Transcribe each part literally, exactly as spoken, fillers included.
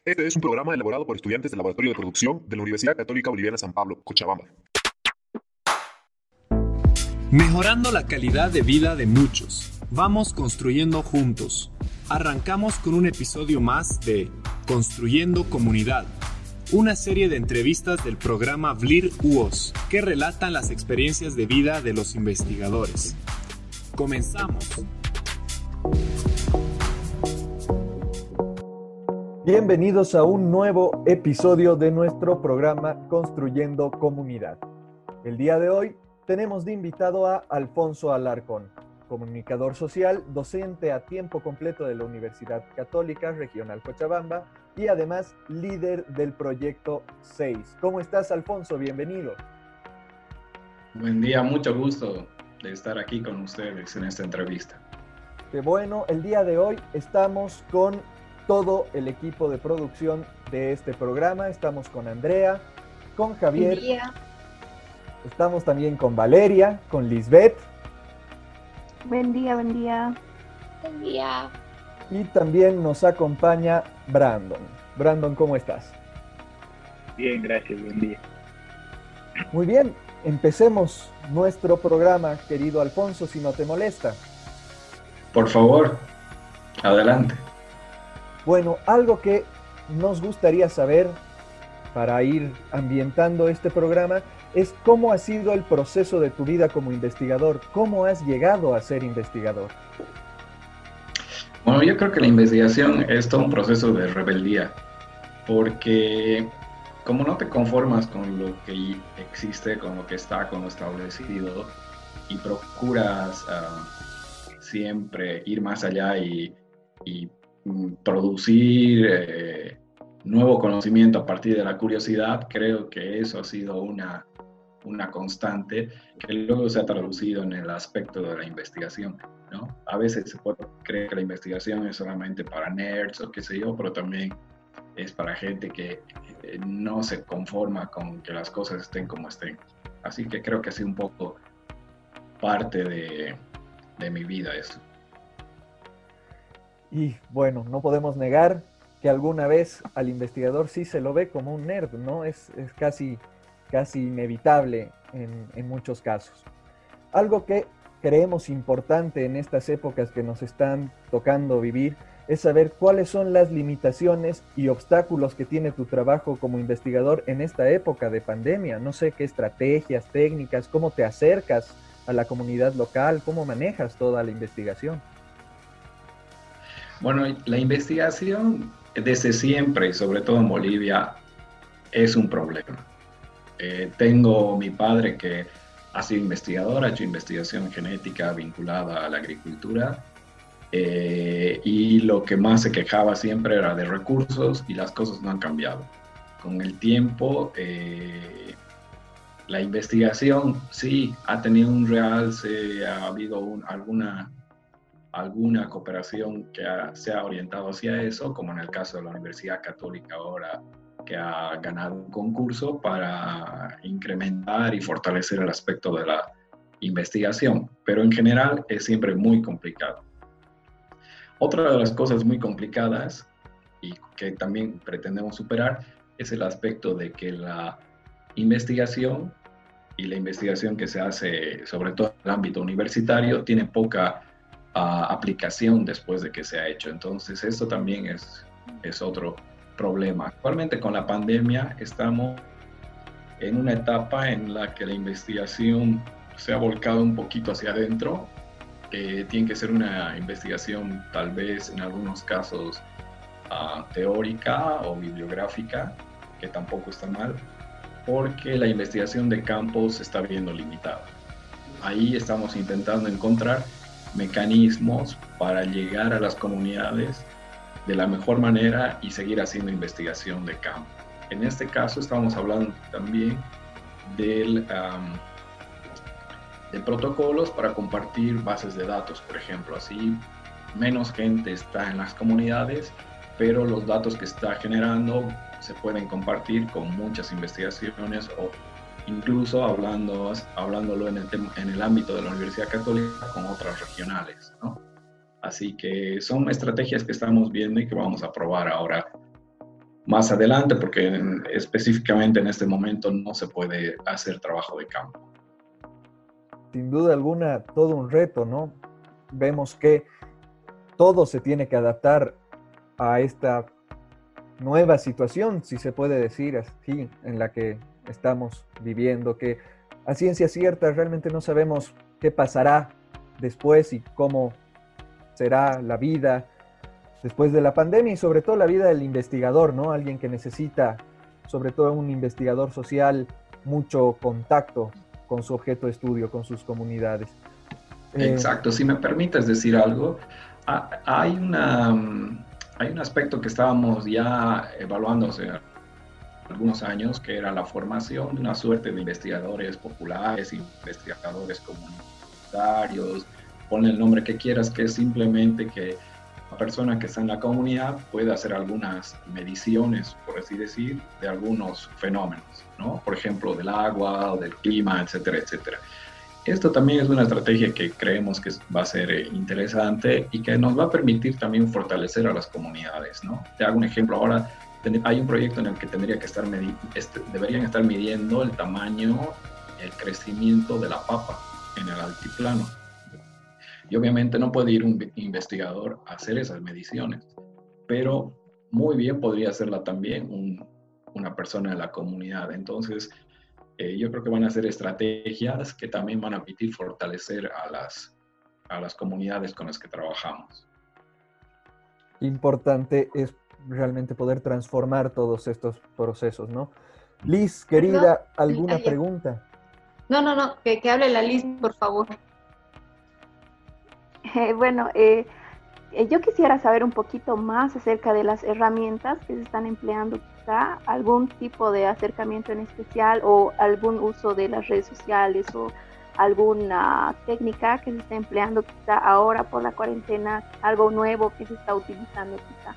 Este es un programa elaborado por estudiantes del Laboratorio de Producción de la Universidad Católica Boliviana San Pablo, Cochabamba. Mejorando la calidad de vida de muchos. Vamos construyendo juntos. Arrancamos con un episodio más de Construyendo Comunidad, una serie de entrevistas del programa V L I R U O S que relatan las experiencias de vida de los investigadores. Comenzamos. Bienvenidos a un nuevo episodio de nuestro programa Construyendo Comunidad. El día de hoy tenemos de invitado a Alfonso Alarcón, comunicador social, docente a tiempo completo de la Universidad Católica Regional Cochabamba y además líder del proyecto seis. ¿Cómo estás, Alfonso? Bienvenido. Buen día, mucho gusto de estar aquí con ustedes en esta entrevista. Qué bueno, el día de hoy estamos con todo el equipo de producción de este programa. Estamos con Andrea, con Javier, estamos también con Valeria, con Lisbeth. Buen día, buen día. Buen día. Y también nos acompaña Brandon. Brandon, ¿cómo estás? Bien, gracias, buen día. Muy bien, empecemos nuestro programa, querido Alfonso, si no te molesta. Por favor, adelante. Bueno, algo que nos gustaría saber para ir ambientando este programa es cómo ha sido el proceso de tu vida como investigador. ¿Cómo has llegado a ser investigador? Bueno, yo creo que la investigación es todo un proceso de rebeldía, porque como no te conformas con lo que existe, con lo que está, con lo establecido, y procuras uh, siempre ir más allá y, y producir eh, nuevo conocimiento a partir de la curiosidad, creo que eso ha sido una, una constante que luego se ha traducido en el aspecto de la investigación, ¿no? A veces se puede creer que la investigación es solamente para nerds o qué sé yo, pero también es para gente que eh, no se conforma con que las cosas estén como estén. Así que creo que ha sido un poco parte de, de mi vida esto. Y bueno, no podemos negar que alguna vez al investigador sí se lo ve como un nerd, ¿no? Es, es casi, casi inevitable en, en muchos casos. Algo que creemos importante en estas épocas que nos están tocando vivir es saber cuáles son las limitaciones y obstáculos que tiene tu trabajo como investigador en esta época de pandemia. No sé qué estrategias, técnicas, cómo te acercas a la comunidad local, cómo manejas toda la investigación. Bueno, la investigación desde siempre, y sobre todo en Bolivia, es un problema. Eh, tengo mi padre que ha sido investigador, ha hecho investigación genética vinculada a la agricultura, eh, y lo que más se quejaba siempre era de recursos y las cosas no han cambiado. Con el tiempo, eh, la investigación sí ha tenido un realce, ha habido un, alguna... alguna cooperación que ha, se ha orientado hacia eso, como en el caso de la Universidad Católica ahora, que ha ganado un concurso para incrementar y fortalecer el aspecto de la investigación, pero en general es siempre muy complicado. Otra de las cosas muy complicadas y que también pretendemos superar es el aspecto de que la investigación y la investigación que se hace, sobre todo en el ámbito universitario, tiene poca Uh, aplicación después de que se ha hecho. Entonces, esto también es, es otro problema. Actualmente con la pandemia estamos en una etapa en la que la investigación se ha volcado un poquito hacia adentro. Eh, tiene que ser una investigación tal vez en algunos casos uh, teórica o bibliográfica, que tampoco está mal, porque la investigación de campo se está viendo limitada. Ahí estamos intentando encontrar mecanismos para llegar a las comunidades de la mejor manera y seguir haciendo investigación de campo. En este caso estamos hablando también del, um, de protocolos para compartir bases de datos, por ejemplo. Así menos gente está en las comunidades, pero los datos que está generando se pueden compartir con muchas investigaciones o incluso hablando, hablándolo en el, en el ámbito de la Universidad Católica con otras regionales, ¿no? Así que son estrategias que estamos viendo y que vamos a probar ahora más adelante, porque en, específicamente en este momento no se puede hacer trabajo de campo. Sin duda alguna, todo un reto, ¿no? Vemos que todo se tiene que adaptar a esta nueva situación, si se puede decir así, en la que estamos viviendo, que a ciencia cierta realmente no sabemos qué pasará después y cómo será la vida después de la pandemia y sobre todo la vida del investigador, ¿no? Alguien que necesita, sobre todo un investigador social, mucho contacto con su objeto de estudio, con sus comunidades. Exacto, eh, si me permites decir algo, hay, una, hay un aspecto que estábamos ya evaluando hace algunos años, que era la formación de una suerte de investigadores populares, investigadores comunitarios, ponle el nombre que quieras, que es simplemente que la persona que está en la comunidad puede hacer algunas mediciones, por así decir, de algunos fenómenos, ¿no? Por ejemplo, del agua, del clima, etcétera, etcétera. Esto también es una estrategia que creemos que va a ser interesante y que nos va a permitir también fortalecer a las comunidades, ¿no? Te hago un ejemplo. Ahora hay un proyecto en el que tendría que estar medi- este, deberían estar midiendo el tamaño, el crecimiento de la papa en el altiplano. Y obviamente no puede ir un investigador a hacer esas mediciones, pero muy bien podría hacerla también un, una persona de la comunidad. Entonces, eh, yo creo que van a ser estrategias que también van a permitir fortalecer a las, a las comunidades con las que trabajamos. Importante es realmente poder transformar todos estos procesos, ¿no? Liz, querida, ¿alguna pregunta? No, no, no, que, que hable la Liz, por favor. Eh, bueno, eh, eh, yo quisiera saber un poquito más acerca de las herramientas que se están empleando, quizá algún tipo de acercamiento en especial o algún uso de las redes sociales o alguna técnica que se está empleando quizá ahora por la cuarentena, algo nuevo que se está utilizando quizá.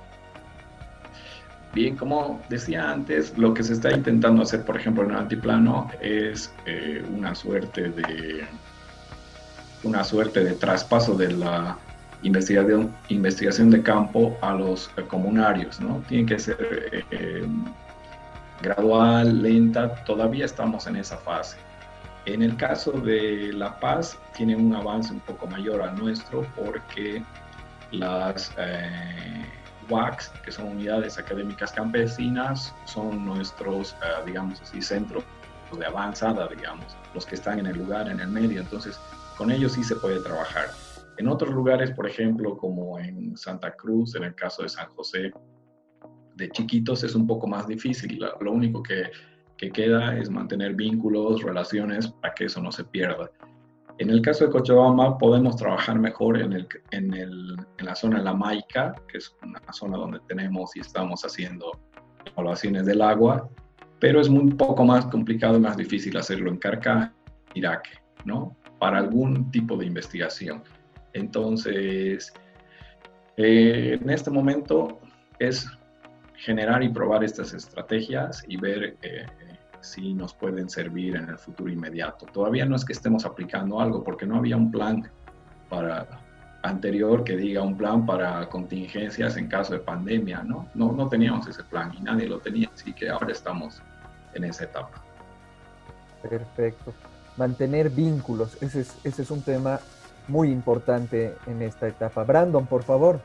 Bien, como decía antes, lo que se está intentando hacer, por ejemplo, en el altiplano es eh, una suerte de una suerte de traspaso de la investigación, investigación de campo a los eh, comunarios, ¿no? Tiene que ser eh, eh, gradual, lenta, todavía estamos en esa fase. En el caso de La Paz, tiene un avance un poco mayor al nuestro porque las eh, U A Cs, que son unidades académicas campesinas, son nuestros, uh, digamos así, centros de avanzada, digamos, los que están en el lugar, en el medio. Entonces, con ellos sí se puede trabajar. En otros lugares, por ejemplo, como en Santa Cruz, en el caso de San José, de chiquitos es un poco más difícil. Lo único que, que queda es mantener vínculos, relaciones, para que eso no se pierda. En el caso de Cochabamba podemos trabajar mejor en, el, en, el, en la zona de la Maica, que es una zona donde tenemos y estamos haciendo evaluaciones del agua, pero es un poco más complicado y más difícil hacerlo en Carcá, Irak, ¿no? Para algún tipo de investigación. Entonces, eh, en este momento es generar y probar estas estrategias y ver eh, si nos pueden servir en el futuro inmediato. Todavía no es que estemos aplicando algo, porque no había un plan para, anterior que diga un plan para contingencias en caso de pandemia, ¿no? No, no teníamos ese plan y nadie lo tenía, así que ahora estamos en esa etapa. Perfecto. Mantener vínculos, ese es, ese es un tema muy importante en esta etapa. Brandon, por favor.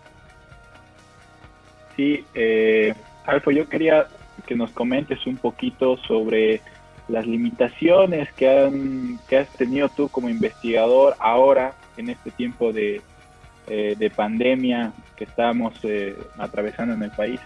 Sí, eh, Alfo, yo quería que nos comentes un poquito sobre las limitaciones que, han, que has tenido tú como investigador ahora en este tiempo de, eh, de pandemia que estamos eh, atravesando en el país.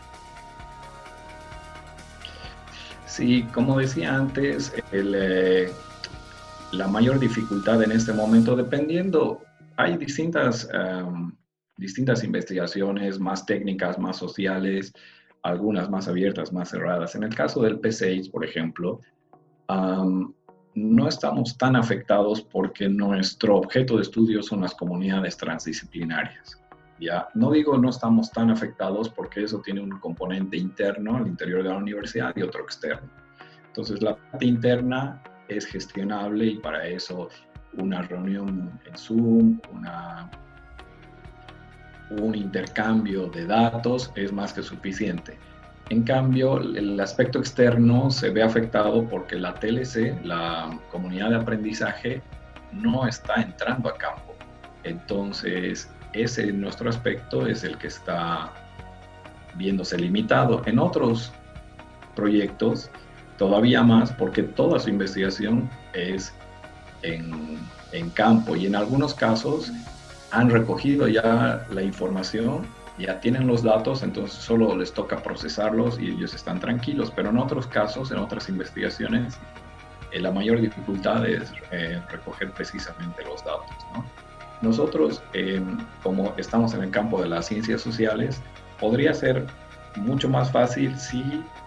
Sí, como decía antes, el, eh, la mayor dificultad en este momento, dependiendo, hay distintas, um, distintas investigaciones, más técnicas, más sociales, algunas más abiertas, más cerradas. En el caso del P seis, por ejemplo, um, no estamos tan afectados porque nuestro objeto de estudio son las comunidades transdisciplinarias. ¿Ya? No digo no estamos tan afectados porque eso tiene un componente interno al interior de la universidad y otro externo. Entonces, la parte interna es gestionable y para eso una reunión en Zoom, una, un intercambio de datos es más que suficiente. En cambio, el aspecto externo se ve afectado porque la T L C, la comunidad de aprendizaje, no está entrando a campo. Entonces, ese nuestro aspecto es el que está viéndose limitado. En otros proyectos, todavía más, porque toda su investigación es en, en campo, y en algunos casos han recogido ya la información, ya tienen los datos, entonces solo les toca procesarlos y ellos están tranquilos. Pero en otros casos, en otras investigaciones, eh, la mayor dificultad es eh, recoger precisamente los datos, ¿no? Nosotros, eh, como estamos en el campo de las ciencias sociales, podría ser mucho más fácil si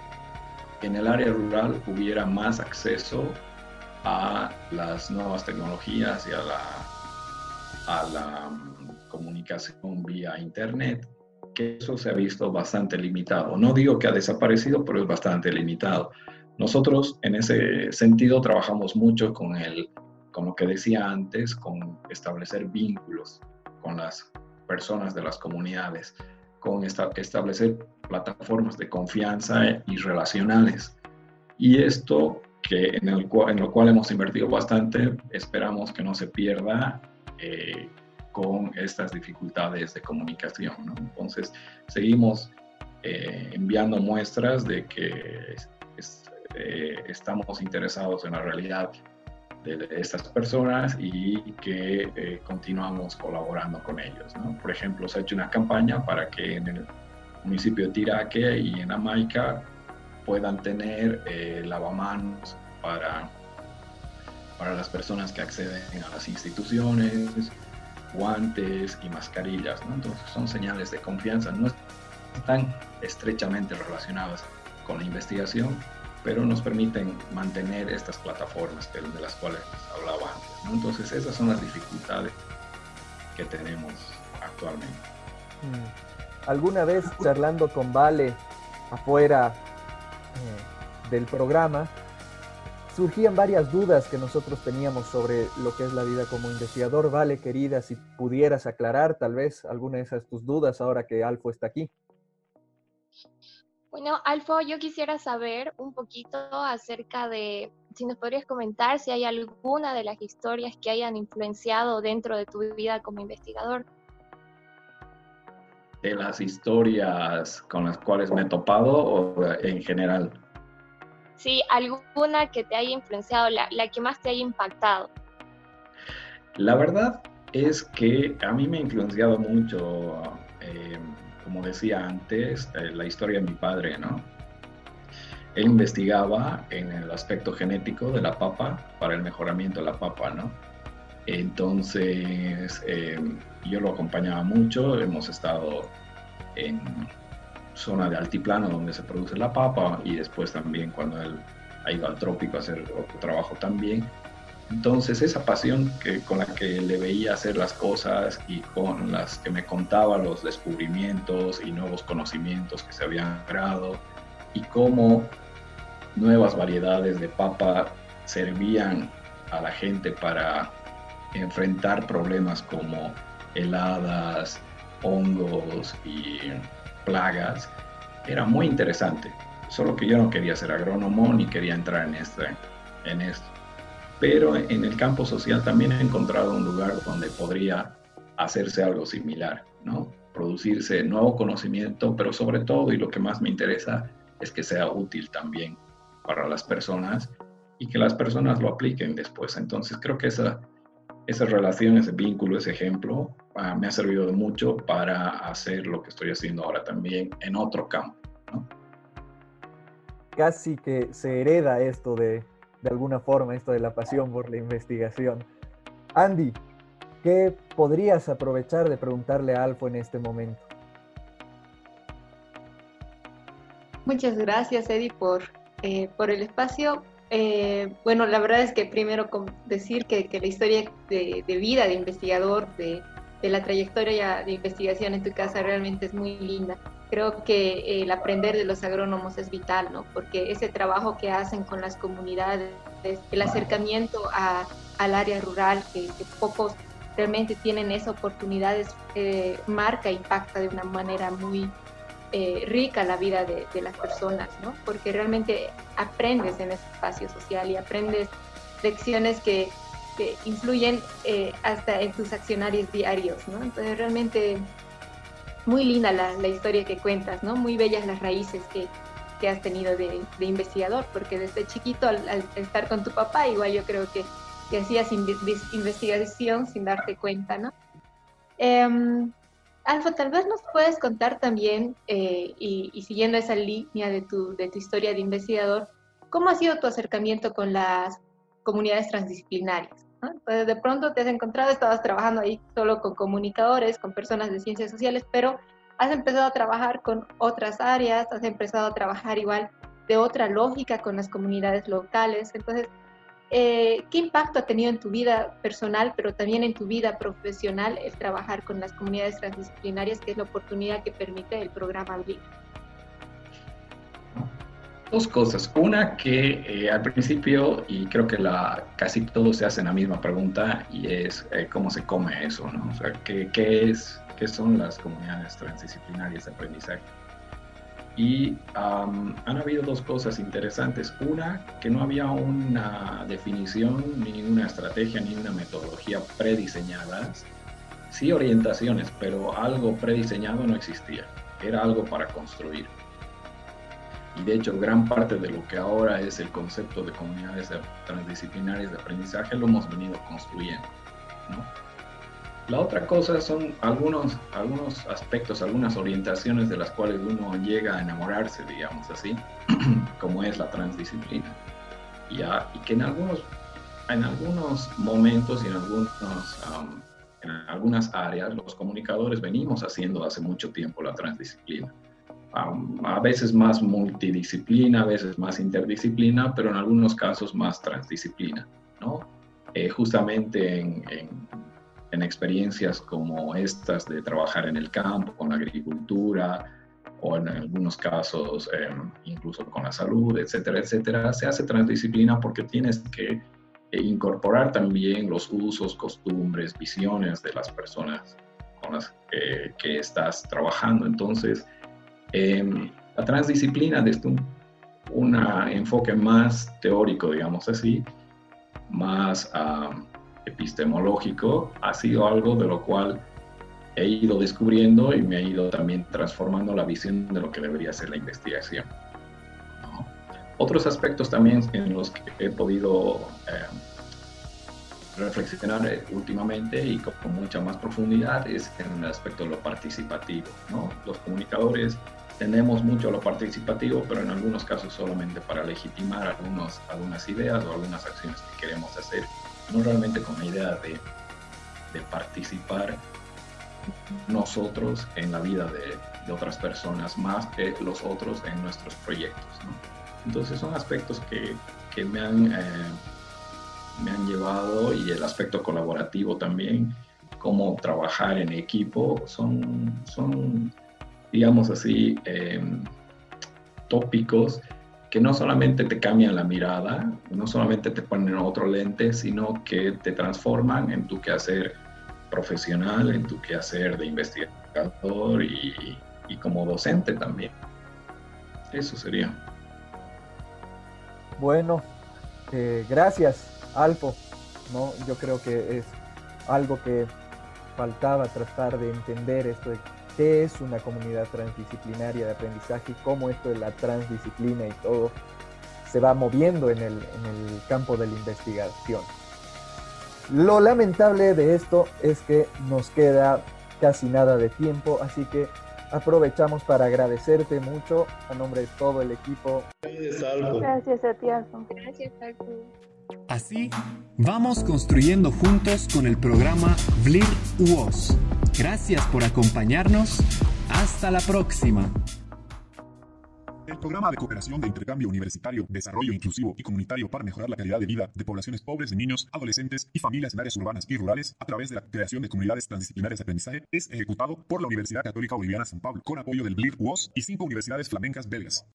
en el área rural hubiera más acceso a las nuevas tecnologías y a la, a la comunicación vía internet, que eso se ha visto bastante limitado. No digo que ha desaparecido, pero es bastante limitado. Nosotros en ese sentido trabajamos mucho con, el, con lo que decía antes, con establecer vínculos con las personas de las comunidades, con esta, establecer plataformas de confianza y relacionales. Y esto, que en, el, en lo cual hemos invertido bastante, esperamos que no se pierda eh, con estas dificultades de comunicación, ¿no? Entonces, seguimos eh, enviando muestras de que es, eh, estamos interesados en la realidad de estas personas y que eh, continuamos colaborando con ellos, ¿no? Por ejemplo, se ha hecho una campaña para que en el municipio de Tiraque y en Amaica puedan tener eh, lavamanos para, para las personas que acceden a las instituciones, guantes y mascarillas, ¿no? Entonces son señales de confianza, no están estrechamente relacionadas con la investigación, pero nos permiten mantener estas plataformas de las cuales hablaba antes, ¿no? Entonces esas son las dificultades que tenemos actualmente. ¿Alguna vez charlando con Vale afuera eh, del programa, surgían varias dudas que nosotros teníamos sobre lo que es la vida como investigador? Vale, querida, si pudieras aclarar tal vez alguna de esas tus dudas ahora que Alfo está aquí. Bueno, Alfo, yo quisiera saber un poquito acerca de, si nos podrías comentar si hay alguna de las historias que hayan influenciado dentro de tu vida como investigador. ¿De las historias con las cuales me he topado o en general? Sí, alguna que te haya influenciado, la, la que más te haya impactado. La verdad es que a mí me ha influenciado mucho, eh, como decía antes, eh, la historia de mi padre, ¿no? Él investigaba en el aspecto genético de la papa para el mejoramiento de la papa, ¿no? Entonces, eh, yo lo acompañaba mucho, hemos estado en zona de altiplano donde se produce la papa y después también cuando él ha ido al trópico a hacer otro trabajo también. Entonces esa pasión que, con la que le veía hacer las cosas y con las que me contaba los descubrimientos y nuevos conocimientos que se habían creado y cómo nuevas variedades de papa servían a la gente para enfrentar problemas como heladas, hongos y plagas, era muy interesante. Solo que yo no quería ser agrónomo ni quería entrar en, este, en esto. Pero en el campo social también he encontrado un lugar donde podría hacerse algo similar, ¿no? Producirse nuevo conocimiento, pero sobre todo, y lo que más me interesa, es que sea útil también para las personas y que las personas lo apliquen después. Entonces creo que esa, esa relación, ese vínculo, ese ejemplo, uh, me ha servido de mucho para hacer lo que estoy haciendo ahora también en otro campo, ¿no? Casi que se hereda esto de, de alguna forma, esto de la pasión por la investigación. Andy, ¿qué podrías aprovechar de preguntarle a Alfo en este momento? Muchas gracias, Eddie, por, eh, por el espacio. Eh, bueno, la verdad es que primero decir que, que la historia de, de vida de investigador, de, de la trayectoria de investigación en tu casa realmente es muy linda. Creo que eh, el aprender de los agrónomos es vital, ¿no? Porque ese trabajo que hacen con las comunidades, el acercamiento a, al área rural, que, que pocos realmente tienen esa oportunidad, eh, marca, impacta de una manera muy eh, rica la vida de, de las personas, ¿no? Porque realmente aprendes en ese espacio social y aprendes lecciones que, que influyen eh, hasta en tus accionarios diarios, ¿no? Entonces realmente muy linda la, la historia que cuentas, ¿no? Muy bellas las raíces que, que has tenido de, de investigador, porque desde chiquito al, al estar con tu papá, igual yo creo que, que hacías investigación sin darte cuenta, ¿no? Eh, Alfo, tal vez nos puedes contar también, eh, y, y siguiendo esa línea de tu, de tu historia de investigador, ¿cómo ha sido tu acercamiento con las comunidades transdisciplinarias, ¿no? Entonces, de pronto te has encontrado, estabas trabajando ahí solo con comunicadores, con personas de ciencias sociales, pero has empezado a trabajar con otras áreas, has empezado a trabajar igual de otra lógica con las comunidades locales. Entonces, Eh, ¿qué impacto ha tenido en tu vida personal, pero también en tu vida profesional el trabajar con las comunidades transdisciplinarias, que es la oportunidad que permite el programa B L I C? Dos cosas. Una que eh, al principio, y creo que la, casi todos se hacen la misma pregunta, y es eh, cómo se come eso, ¿no? O sea, ¿qué, qué, es, qué son las comunidades transdisciplinarias de aprendizaje? Y um, han habido dos cosas interesantes. Una, que no había una definición, ni una estrategia, ni una metodología prediseñadas. Sí orientaciones, pero algo prediseñado no existía. Era algo para construir. Y de hecho, gran parte de lo que ahora es el concepto de comunidades transdisciplinarias de aprendizaje lo hemos venido construyendo, ¿no? La otra cosa son algunos, algunos aspectos, algunas orientaciones de las cuales uno llega a enamorarse, digamos así, como es la transdisciplina. Y, a, y que en algunos, en algunos momentos y en, algunos, um, en algunas áreas los comunicadores venimos haciendo hace mucho tiempo la transdisciplina. Um, a veces más multidisciplina, a veces más interdisciplina, pero en algunos casos más transdisciplina, ¿no? Eh, justamente en... en en experiencias como estas de trabajar en el campo, con la agricultura, o en algunos casos eh, incluso con la salud, etcétera, etcétera, se hace transdisciplina porque tienes que eh, incorporar también los usos, costumbres, visiones de las personas con las que, que estás trabajando. Entonces, eh, la transdisciplina desde un un enfoque más teórico, digamos así, más... Uh, epistemológico, ha sido algo de lo cual he ido descubriendo y me ha ido también transformando la visión de lo que debería ser la investigación, ¿no? Otros aspectos también en los que he podido eh, reflexionar últimamente y con, con mucha más profundidad es en el aspecto de lo participativo, ¿no? Los comunicadores tendemos mucho a lo participativo, pero en algunos casos solamente para legitimar algunos, algunas ideas o algunas acciones que queremos hacer, no realmente con la idea de, de participar nosotros en la vida de, de otras personas más que los otros en nuestros proyectos, ¿no? Entonces son aspectos que, que me, han, eh, me han llevado, y el aspecto colaborativo también, cómo trabajar en equipo, son, son digamos así, eh, tópicos que no solamente te cambian la mirada, no solamente te ponen otro lente, sino que te transforman en tu quehacer profesional, en tu quehacer de investigador y, y como docente también. Eso sería. Bueno, eh, gracias, Alfo, ¿no? Yo creo que es algo que faltaba tratar de entender, esto de qué es una comunidad transdisciplinaria de aprendizaje y cómo esto de la transdisciplina y todo se va moviendo en el, en el campo de la investigación. Lo lamentable de esto es que nos queda casi nada de tiempo, así que aprovechamos para agradecerte mucho a nombre de todo el equipo. Gracias a ti, Alfo. Gracias, Alfo. Así, vamos construyendo juntos con el programa B L I R U O S. Gracias por acompañarnos. Hasta la próxima. El Programa de Cooperación de Intercambio Universitario, Desarrollo Inclusivo y Comunitario para mejorar la calidad de vida de poblaciones pobres, de niños, adolescentes y familias en áreas urbanas y rurales a través de la creación de comunidades transdisciplinarias de aprendizaje es ejecutado por la Universidad Católica Boliviana San Pablo con apoyo del B L I R U O S y cinco universidades flamencas belgas.